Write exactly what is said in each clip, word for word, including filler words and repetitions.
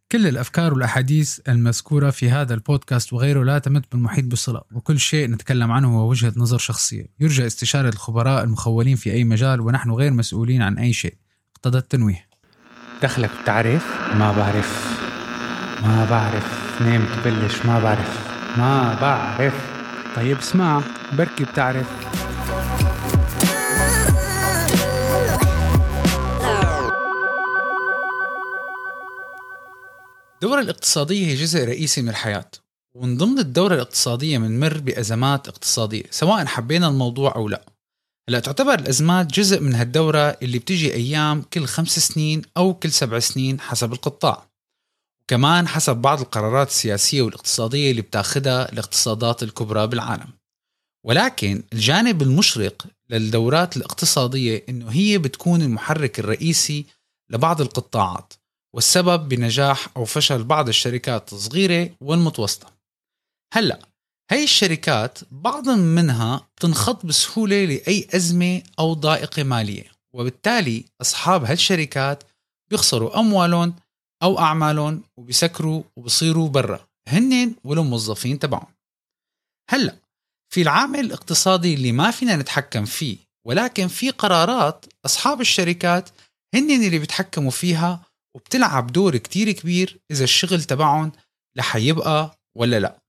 كل الأفكار والأحاديث المذكورة في هذا البودكاست وغيره لا تمت بالمحيط بصلة، وكل شيء نتكلم عنه هو وجهة نظر شخصية يرجى استشارة الخبراء المخولين في أي مجال، ونحن غير مسؤولين عن أي شيء. اقتضى التنويه. دخلك بتعرف؟ ما بعرف ما بعرف نام تبلش ما بعرف ما بعرف طيب اسمع، بركي بتعرف. الدورة الاقتصادية هي جزء رئيسي من الحياة، ومن ضمن الدورة الاقتصادية منمر بأزمات اقتصادية سواء حبينا الموضوع أو لا. هلا تعتبر الأزمات جزء من هالدورة اللي بتجي أيام كل خمس سنين أو كل سبع سنين حسب القطاع، وكمان حسب بعض القرارات السياسية والاقتصادية اللي بتاخدها الاقتصادات الكبرى بالعالم. ولكن الجانب المشرق للدورات الاقتصادية إنه هي بتكون المحرك الرئيسي لبعض القطاعات، والسبب بنجاح أو فشل بعض الشركات الصغيرة والمتوسطة. هلأ هاي الشركات بعض منها بتنخط بسهولة لأي أزمة أو ضائقة مالية، وبالتالي أصحاب هالشركات بيخسروا أموالهم أو أعمالهم وبيسكروا وبصيروا برا هنن والموظفين تبعهم. هلأ في العامل الاقتصادي اللي ما فينا نتحكم فيه، ولكن في قرارات أصحاب الشركات هنن اللي بيتحكموا فيها، وبتلعب دور كتير كبير إذا الشغل تبعهم رح يبقى ولا لا.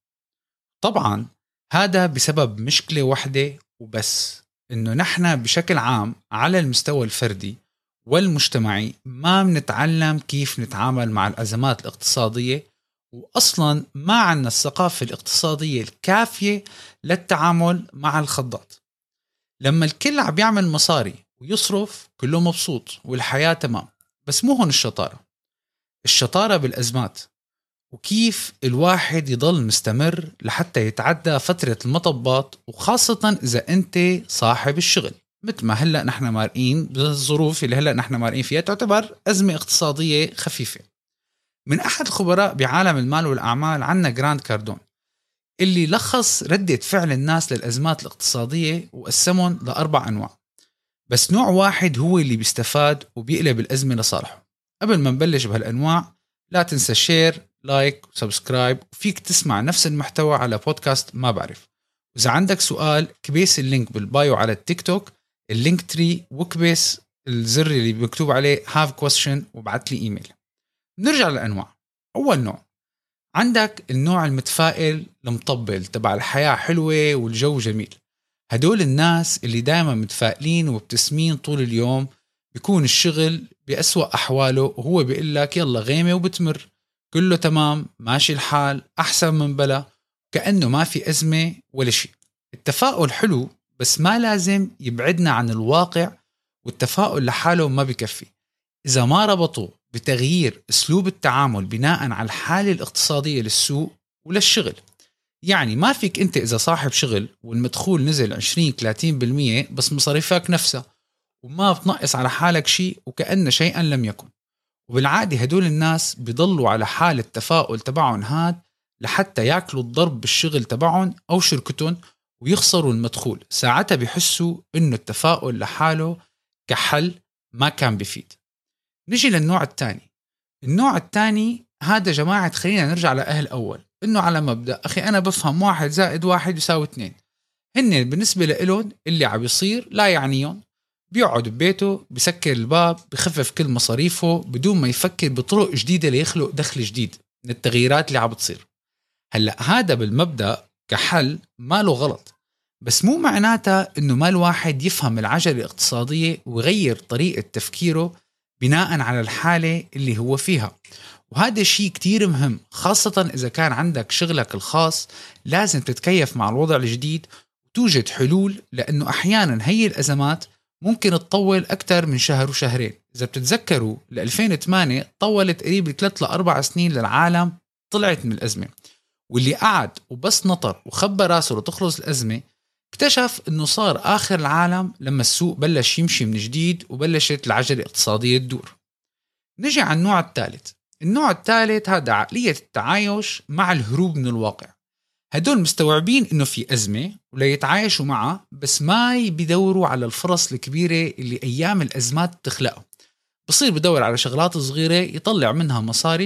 طبعا هذا بسبب مشكلة واحدة وبس، إنه نحن بشكل عام على المستوى الفردي والمجتمعي ما بنتعلم كيف نتعامل مع الأزمات الاقتصادية، وأصلا ما عنا الثقافة الاقتصادية الكافية للتعامل مع الخضات. لما الكل عم يعمل مصاري ويصرف كله مبسوط والحياة تمام، بس مو هون الشطارة. الشطارة بالأزمات، وكيف الواحد يضل مستمر لحتى يتعدى فترة المطبات، وخاصة إذا أنت صاحب الشغل. مثل ما هلأ نحن مارقين بالظروف اللي هلأ نحن مارقين فيها تعتبر أزمة اقتصادية خفيفة. من أحد الخبراء بعالم المال والأعمال عنا جراند كاردون، اللي لخص ردة فعل الناس للأزمات الاقتصادية وقسمهم لأربع أنواع، بس نوع واحد هو اللي بيستفاد وبيقلب الأزمة لصالحه. قبل ما نبلش بهالأنواع لا تنسى شير لايك وسبسكرايب، وفيك تسمع نفس المحتوى على بودكاست ما بعرف. وإذا عندك سؤال كبيس اللينك بالبايو على التيك توك، اللينك تري، وكبيس الزر اللي بيكتوب عليه have question وبعت لي إيميل. نرجع للأنواع. أول نوع عندك النوع المتفائل المطبل تبع الحياة حلوة والجو جميل. هدول الناس اللي دائما متفائلين ومبتسمين طول اليوم، بيكون الشغل بأسوأ أحواله وهو بيقول لك يلا غيمة وبتمر، كله تمام ماشي الحال أحسن من بلا، كأنه ما في أزمة ولا شيء. التفاؤل حلو بس ما لازم يبعدنا عن الواقع، والتفاؤل لحاله ما بيكفي إذا ما ربطوا بتغيير أسلوب التعامل بناء على الحالة الاقتصادية للسوق وللشغل. يعني ما فيك أنت إذا صاحب شغل والمدخول نزل عشرين ثلاثين بالمية بس مصاريفك نفسها وما بتنقص على حالك شيء وكأن شيئا لم يكن. وبالعادة هدول الناس بيضلوا على حال التفاؤل تبعهم هاد لحتى يأكلوا الضرب بالشغل تبعهم أو شركتهم ويخسروا المدخول. ساعتها بيحسوا إنه التفاؤل لحاله كحل ما كان بيفيد. نجي للنوع الثاني. النوع الثاني هذا جماعة، خلينا نرجع لأهل أول، إنه على مبدأ أخي أنا بفهم واحد زائد واحد يساوي اثنين. هن بالنسبة لإلهم اللي عم يصير لا يعنيهم، بيقعد ببيته بسكر الباب بخفف كل مصاريفه بدون ما يفكر بطرق جديدة ليخلق دخل جديد من التغييرات اللي عم بتصير. هلأ هذا بالمبدأ كحل ما له غلط، بس مو معناتها إنه ما الواحد يفهم العجلة الاقتصادية ويغير طريقة تفكيره بناء على الحالة اللي هو فيها. وهذا الشيء كتير مهم، خاصة إذا كان عندك شغلك الخاص لازم تتكيف مع الوضع الجديد وتوجد حلول، لأنه أحيانا هي الأزمات ممكن تطول أكثر من شهر وشهرين. إذا بتتذكروا ل ألفين وثمانية طولت قريب ثلاث لأربع سنين للعالم طلعت من الأزمة، واللي قعد وبس نطر وخبى راسه لتخلص الأزمة اكتشف إنه صار آخر العالم لما السوق بلش يمشي من جديد وبلشت العجلة الاقتصادية تدور. نجي على النوع الثالث. النوع الثالث هذا عقلية التعايش مع الهروب من الواقع. هدول مستوعبين إنه في أزمة ولا يتعايشوا معها، بس ما بيدوروا على الفرص الكبيرة اللي أيام الأزمات تخلقها. بصير بدور على شغلات صغيرة يطلع منها مصاري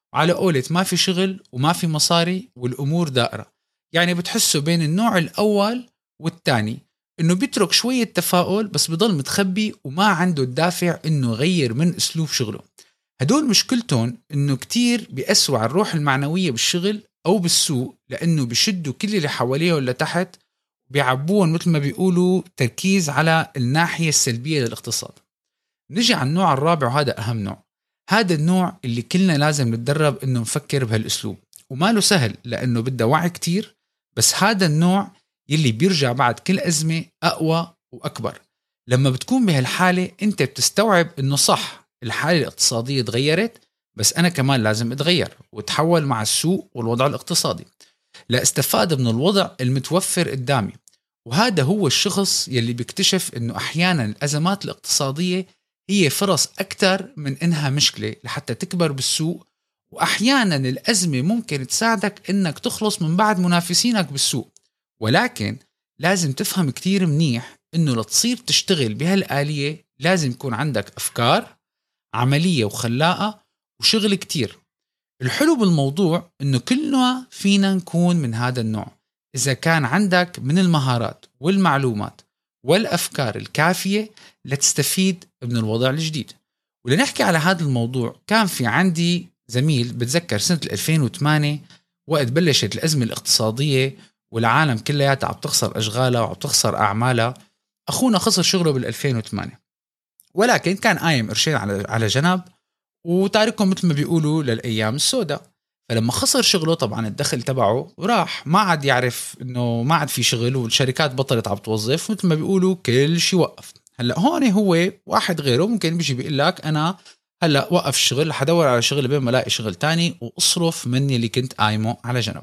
وعلى قولة ما في شغل وما في مصاري والأمور دائرة. يعني بتحسوا بين النوع الأول والتاني إنه بيترك شوية تفاؤل بس بضل متخبي وما عنده الدافع إنه يغير من أسلوب شغله. هدول مشكلتهم إنه كتير بيأسوا على الروح المعنوية بالشغل أو بالسوق، لأنه بيشدوا كل اللي حواليه ولا تحت بيعبوهم مثل ما بيقولوا تركيز على الناحية السلبية للاقتصاد. نجي على النوع الرابع وهذا أهم نوع. هذا النوع اللي كلنا لازم نتدرب إنه نفكر بهالأسلوب، وما له سهل لأنه بده وعي كتير، بس هذا النوع يلي بيرجع بعد كل أزمة أقوى وأكبر. لما بتكون بهالحالة أنت بتستوعب إنه صح الحالة الاقتصادية تغيرت، بس أنا كمان لازم أتغير وتحول مع السوق والوضع الاقتصادي لا استفاد من الوضع المتوفر قدامي. وهذا هو الشخص يلي بيكتشف إنه أحيانا الأزمات الاقتصادية هي فرص أكتر من إنها مشكلة لحتى تكبر بالسوق، وأحيانا الأزمة ممكن تساعدك إنك تخلص من بعد منافسينك بالسوق. ولكن لازم تفهم كتير منيح إنه لتصير تشتغل بهالآلية لازم يكون عندك أفكار عملية وخلاقة وشغل كتير. الحلو بالموضوع إنه كلنا فينا نكون من هذا النوع إذا كان عندك من المهارات والمعلومات والأفكار الكافية لتستفيد من الوضع الجديد. ولنحكي على هذا الموضوع، كان في عندي زميل بتذكر سنة ألفين وثمانية وقت بلشت الأزمة الاقتصادية والعالم كلها عم تخسر أشغالها وعم تخسر أعمالها. أخونا خسر شغله بالألفين وثمانية، ولكن كان قايم قرشين على على جنب وتاركهم مثل ما بيقولوا للأيام السوداء. فلما خسر شغله طبعا الدخل تبعه وراح، ما عاد يعرف إنه ما عاد في شغل والشركات بطلت عم توظف، مثل ما بيقولوا كل شيء وقف. هلأ هون هو واحد غيره ممكن بيجي بيقول لك أنا هلأ وقف الشغل حدور على شغل بين ما الاقي شغل تاني وأصرف مني اللي كنت قايمه على جنب.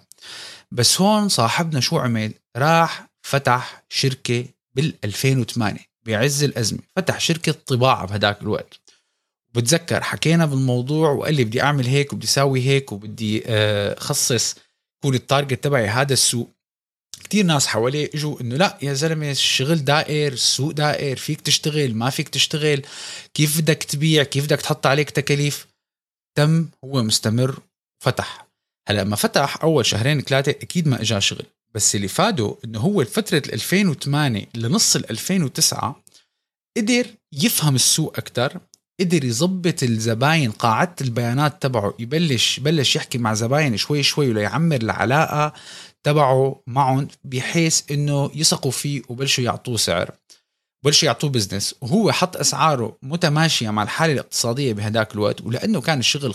بس هون صاحبنا شو عمل؟ راح فتح شركة بالألفين وثمانية بعز الأزمة، فتح شركة طباعة بهداك الوقت. بتذكر حكينا بالموضوع وقال لي بدي أعمل هيك وبدي ساوي هيك وبدي خصص كون التارجت تبعي هذا السوق. كتير ناس حواليه اجوا انه لا يا زلمة الشغل دائر، السوق دائر، فيك تشتغل ما فيك تشتغل، كيف بدك تبيع، كيف بدك تحط عليك تكاليف. تم هو مستمر فتح. هلأ ما فتح أول شهرين ثلاثة أكيد ما إجا شغل، بس اللي فاده إنه هو فترة ألفين وثمانية لنص ألفين وتسعة قدر يفهم السوق أكتر، قدر يضبط الزباين، قاعدة البيانات تبعه، يبلش بلش يحكي مع زباين شوي شوي وليعمر العلاقة تبعه معهم بحيث إنه يثقوا فيه وبلشوا يعطوه سعر، بلشوا يعطوه بزنس. وهو حط أسعاره متماشية مع الحالة الاقتصادية بهداك الوقت، ولأنه كان الشغل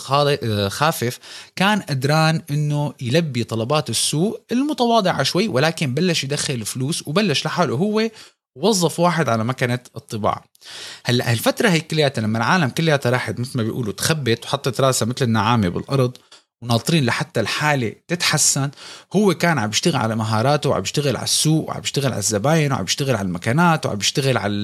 خافف كان قدران إنه يلبي طلبات السوق المتواضعة شوي، ولكن بلش يدخل فلوس وبلش لحاله هو وظف واحد على مكنة الطباعة. هلأ هالفترة هي كلياتها لما العالم كلياتها راحت مثل ما بيقولوا تخبت وحطت راسها مثل النعامة بالأرض وناطرين لحتى الحالة تتحسن، هو كان عم بيشتغل على مهاراته وعم بيشتغل على السوق وعم بيشتغل على الزباين وعم بيشتغل على المكانات وعم بيشتغل على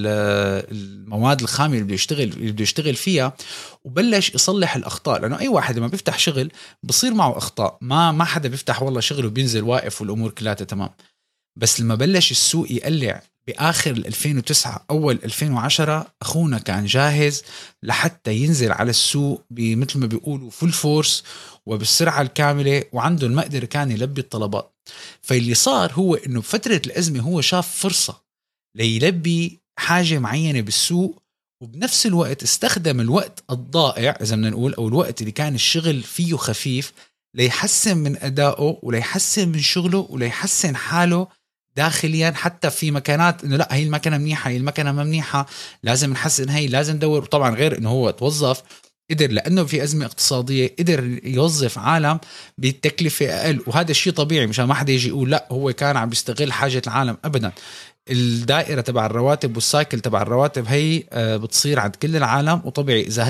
المواد الخام اللي بده يشتغل اللي بده يشتغل فيها، وبلش يصلح الأخطاء. لأنه أي واحد لما بيفتح شغل بصير معه أخطاء، ما ما حدا بيفتح والله شغله وبينزل واقف والأمور كلها تمام. بس لما بلش السوق يقلع بآخر ألفين وتسعة أول ألفين وعشرة أخونا كان جاهز لحتى ينزل على السوق بمثل ما بيقولوا فول فورس وبالسرعة الكاملة، وعنده المقدرة كان يلبي الطلبات. فاللي صار هو إنه بفترة الأزمة هو شاف فرصة ليلبي حاجة معينة بالسوق، وبنفس الوقت استخدم الوقت الضائع إذا بدنا نقول أو الوقت اللي كان الشغل فيه خفيف ليحسن من أدائه وليحسن من شغله وليحسن حاله داخليا، حتى في مكانات انه لا هي المكنه منيحه هي المكنه ما منيحه لازم نحسن هي لازم ندور. وطبعا غير انه هو توظف قدر لانه في ازمه اقتصاديه قدر يوظف عالم بالتكلفه اقل، وهذا الشيء طبيعي مشان ما حدا يجي يقول لا هو كان عم بيستغل حاجه العالم. ابدا، الدائره تبع الرواتب والسايكل تبع الرواتب هي بتصير عند كل العالم، وطبيعي اذا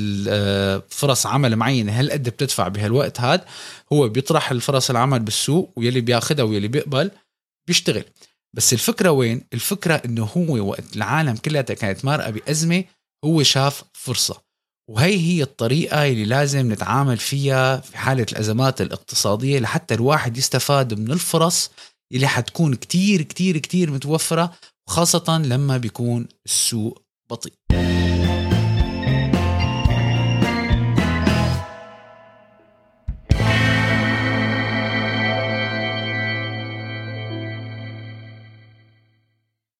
هلا فرص عمل معينه هل قد بتدفع بهالوقت هذا هو بيطرح الفرص العمل بالسوق ويلي بياخدها ويلي بيقبل بيشتغل. بس الفكرة وين؟ الفكرة انه هو وقت العالم كلها كانت مارقة بأزمة هو شاف فرصة، وهي هي الطريقة اللي لازم نتعامل فيها في حالة الأزمات الاقتصادية لحتى الواحد يستفاد من الفرص اللي حتكون كتير كتير كتير متوفرة، وخاصة لما بيكون السوق بطيء.